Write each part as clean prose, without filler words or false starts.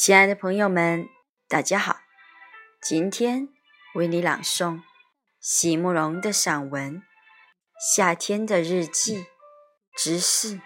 亲爱的朋友们，大家好，今天为你朗诵席慕容的散文《夏天的日记》之4。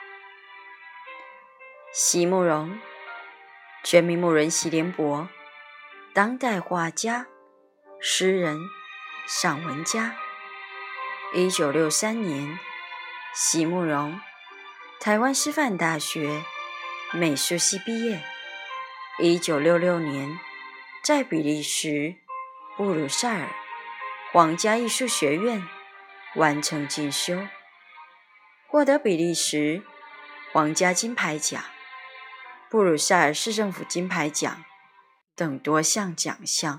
席慕容，全名慕容席联博，当代画家、诗人、散文家。1963年，席慕容台湾师范大学美术系毕业。1966年，在比利时布鲁塞尔皇家艺术学院完成进修，获得比利时皇家金牌奖、布鲁塞尔市政府金牌奖等多项奖项。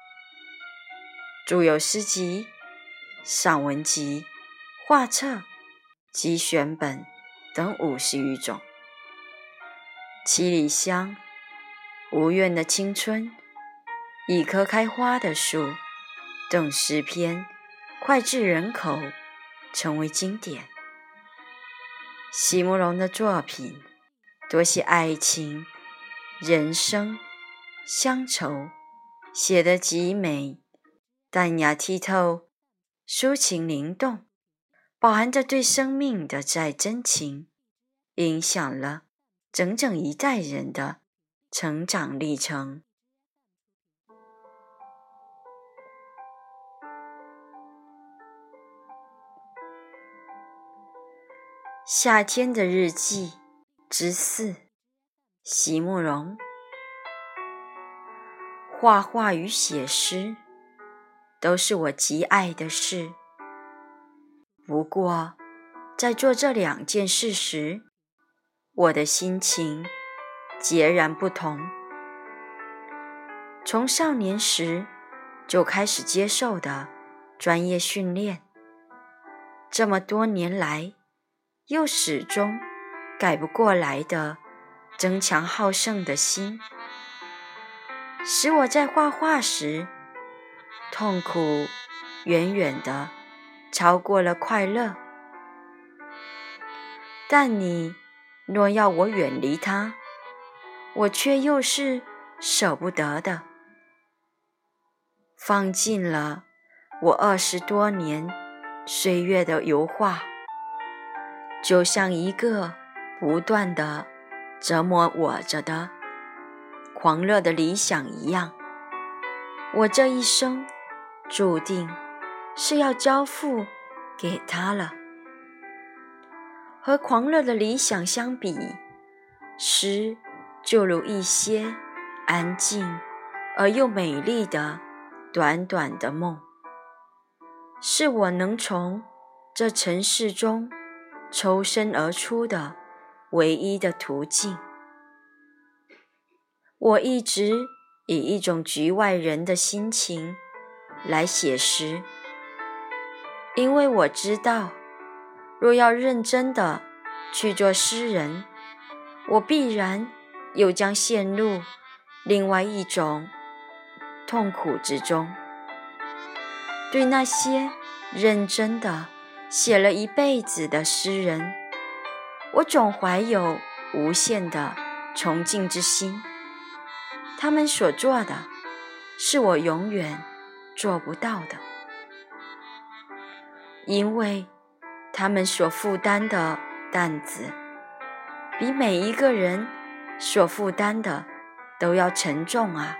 著有诗集、散文集、画册及选本等50余种。七里香、无怨的青春、一棵开花的树等诗篇脍炙人口，成为经典。席慕容的作品多写爱情、人生、乡愁，写得极美，淡雅剔透，抒情灵动，饱含着对生命的再真情，影响了整整一代人的成长历程。夏天的日记之4，席慕容。画画与写诗都是我极爱的事，不过在做这2件事时，我的心情截然不同。从少年时就开始接受的专业训练，这么多年来又始终改不过来的争强好胜的心，使我在画画时痛苦远远地超过了快乐。但你若要我远离它，我却又是舍不得的。放尽了我20多年岁月的油画，就像一个不断地折磨我着的狂热的理想一样，我这一生注定是要交付给他了。和狂热的理想相比，诗就如一些安静而又美丽的短短的梦，是我能从这尘世中抽身而出的唯一的途径。我一直以一种局外人的心情来写诗，因为我知道，若要认真的去做诗人，我必然又将陷入另外一种痛苦之中。对那些认真的写了一辈子的诗人，我总怀有无限的崇敬之心。他们所做的是我永远做不到的，因为他们所负担的担子比每一个人所负担的都要沉重啊。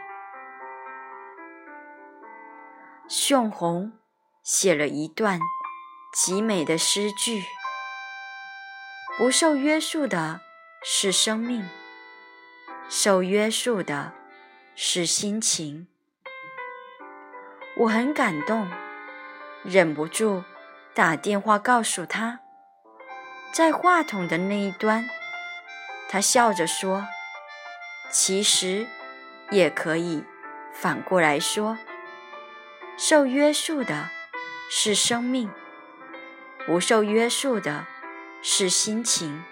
熊红写了一段极美的诗句：不受约束的是生命，受约束的是心情。我很感动，忍不住打电话告诉他。在话筒的那一端，他笑着说，其实也可以反过来说，受约束的是生命，不受约束的是心情。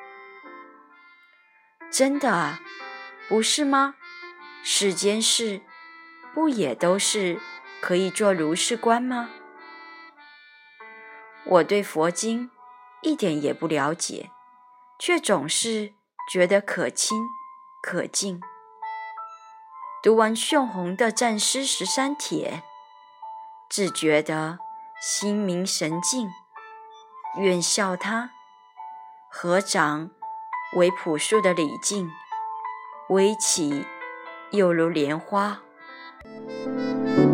真的啊，不是吗？世间事不也都是可以做如是观吗？我对佛经一点也不了解，却总是觉得可亲可敬。 读完炫红的《战诗13帖》，只觉得心明神静，愿效他。合掌为朴树的礼敬，微起又如莲花。